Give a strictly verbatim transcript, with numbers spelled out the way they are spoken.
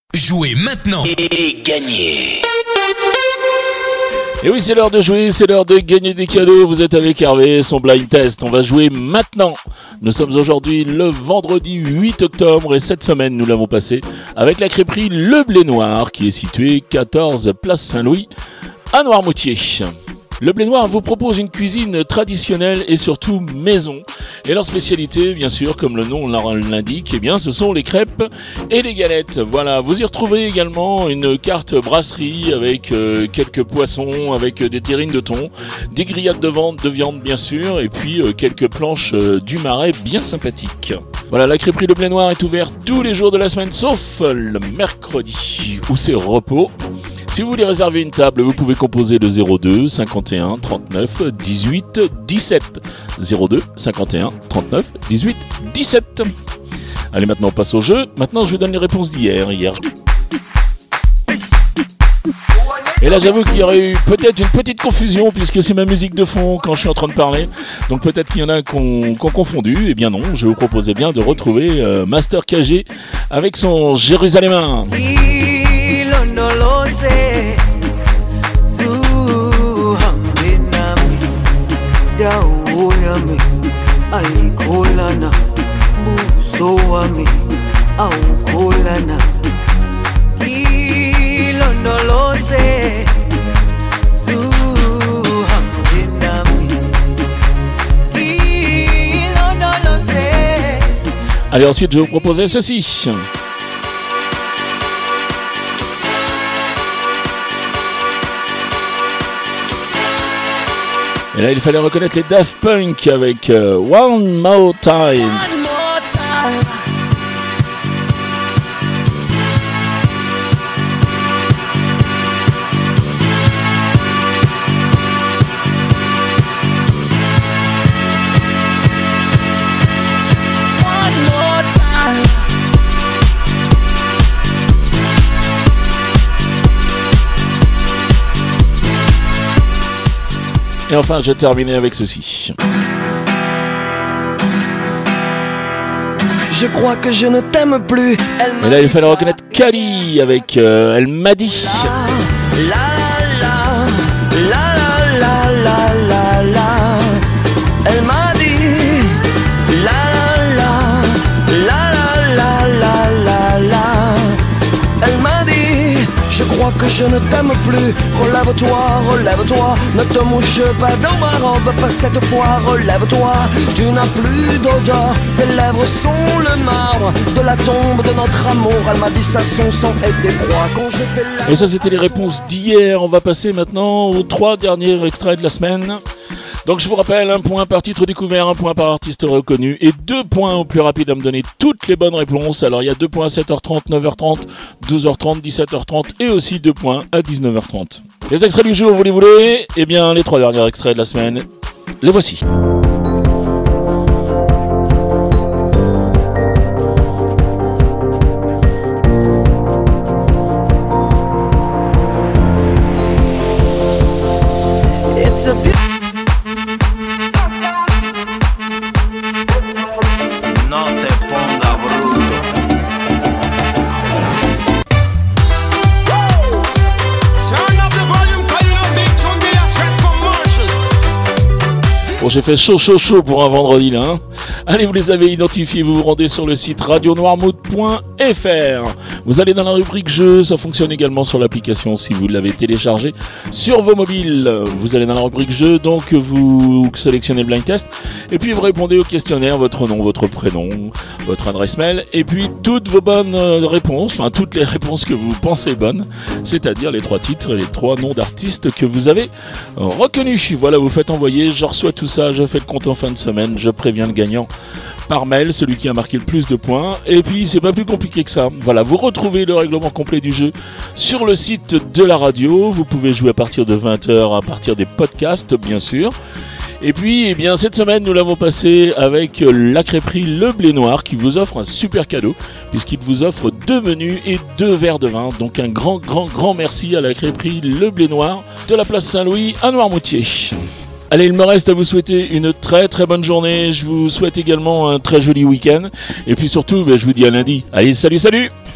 Jouez maintenant et gagnez. Et oui, c'est l'heure de jouer, c'est l'heure de gagner des cadeaux. Vous êtes avec Hervé, son blind test. On va jouer maintenant. Nous sommes aujourd'hui le vendredi huit octobre et cette semaine, nous l'avons passé avec la crêperie Le Blé Noir qui est située quatorze place Saint-Louis à Noirmoutier. Le Blé Noir vous propose une cuisine traditionnelle et surtout maison. Et leur spécialité, bien sûr, comme le nom l'indique, eh bien, ce sont les crêpes et les galettes. Voilà, vous y retrouvez également une carte brasserie avec euh, quelques poissons, avec euh, des terrines de thon, des grillades de, vente, de viande, bien sûr, et puis euh, quelques planches euh, du Marais bien sympathiques. Voilà, la crêperie Le Blé Noir est ouverte tous les jours de la semaine, sauf le mercredi, où c'est repos. Si vous voulez réserver une table, vous pouvez composer le zéro deux cinquante et un trente-neuf dix-huit dix-sept. zéro deux cinquante et un trente-neuf dix-huit dix-sept. Allez, maintenant on passe au jeu. Maintenant je vous donne les réponses d'hier. Hier. Et là j'avoue qu'il y aurait eu peut-être une petite confusion puisque c'est ma musique de fond quand je suis en train de parler. Donc peut-être qu'il y en a qui ont, qui ont confondu. Eh bien non, je vous proposais bien de retrouver euh, Master K G avec son Jérusalémain. Dawo yami ayikholana buso wami awukholana ilondoloze zuhambe nami ilondoloze. Allez, ensuite je vais vous proposer ceci. Et là, il fallait reconnaître les Daft Punk avec euh, One More Time. One more time. One more time. Et enfin, je vais terminer avec ceci. Je crois que je ne t'aime plus. Elle Et là, il fallait reconnaître Kali avec euh, Elle m'a dit. La la la la la la la la. Elle m'a dit. La la la la la la la la. Elle m'a dit. Je crois que je ne t'aime plus. Relève-toi, relève-toi. Ne te mouche pas dans ma robe, pas cette fois. Relève-toi, tu n'as plus d'odeur. Tes lèvres sont le marbre de la tombe de notre amour. Elle m'a dit ça, son sang et tes proies. Quand je fais la... Et ça, c'était les réponses d'hier. On va passer maintenant aux trois derniers extraits de la semaine. Donc je vous rappelle, un point par titre découvert, un point par artiste reconnu et deux points au plus rapide à me donner toutes les bonnes réponses. Alors il y a deux points à sept heures trente, neuf heures trente, douze heures trente, dix-sept heures trente et aussi deux points à dix-neuf heures trente. Les extraits du jour, vous les voulez? Eh bien, les trois derniers extraits de la semaine, les voici. It's a beautiful... Bon, j'ai fait chaud chaud chaud pour un vendredi là, hein. Allez, vous les avez identifiés, vous vous rendez sur le site radio noirmouth point f r. Vous allez dans la rubrique jeux, ça fonctionne également sur l'application si vous l'avez téléchargé sur vos mobiles. Vous allez dans la rubrique jeux, donc vous sélectionnez le blind test et puis vous répondez au questionnaire, votre nom, votre prénom, votre adresse mail et puis toutes vos bonnes réponses, enfin toutes les réponses que vous pensez bonnes, c'est-à-dire les trois titres et les trois noms d'artistes que vous avez reconnus. Voilà, vous faites envoyer, je reçois tout ça, je fais le compte en fin de semaine, je préviens le gagnant par mail, celui qui a marqué le plus de points, et puis c'est pas plus compliqué que ça. Voilà, vous retrouvez le règlement complet du jeu sur le site de la radio, vous pouvez jouer à partir de vingt heures, à partir des podcasts bien sûr. Et puis, eh bien, cette semaine, nous l'avons passé avec la crêperie Le Blé Noir qui vous offre un super cadeau puisqu'il vous offre deux menus et deux verres de vin. Donc un grand, grand, grand merci à la crêperie Le Blé Noir de la place Saint-Louis à Noirmoutier. Allez, il me reste à vous souhaiter une très très bonne journée. Je vous souhaite également un très joli week-end. Et puis surtout, ben, je vous dis à lundi. Allez, salut, salut!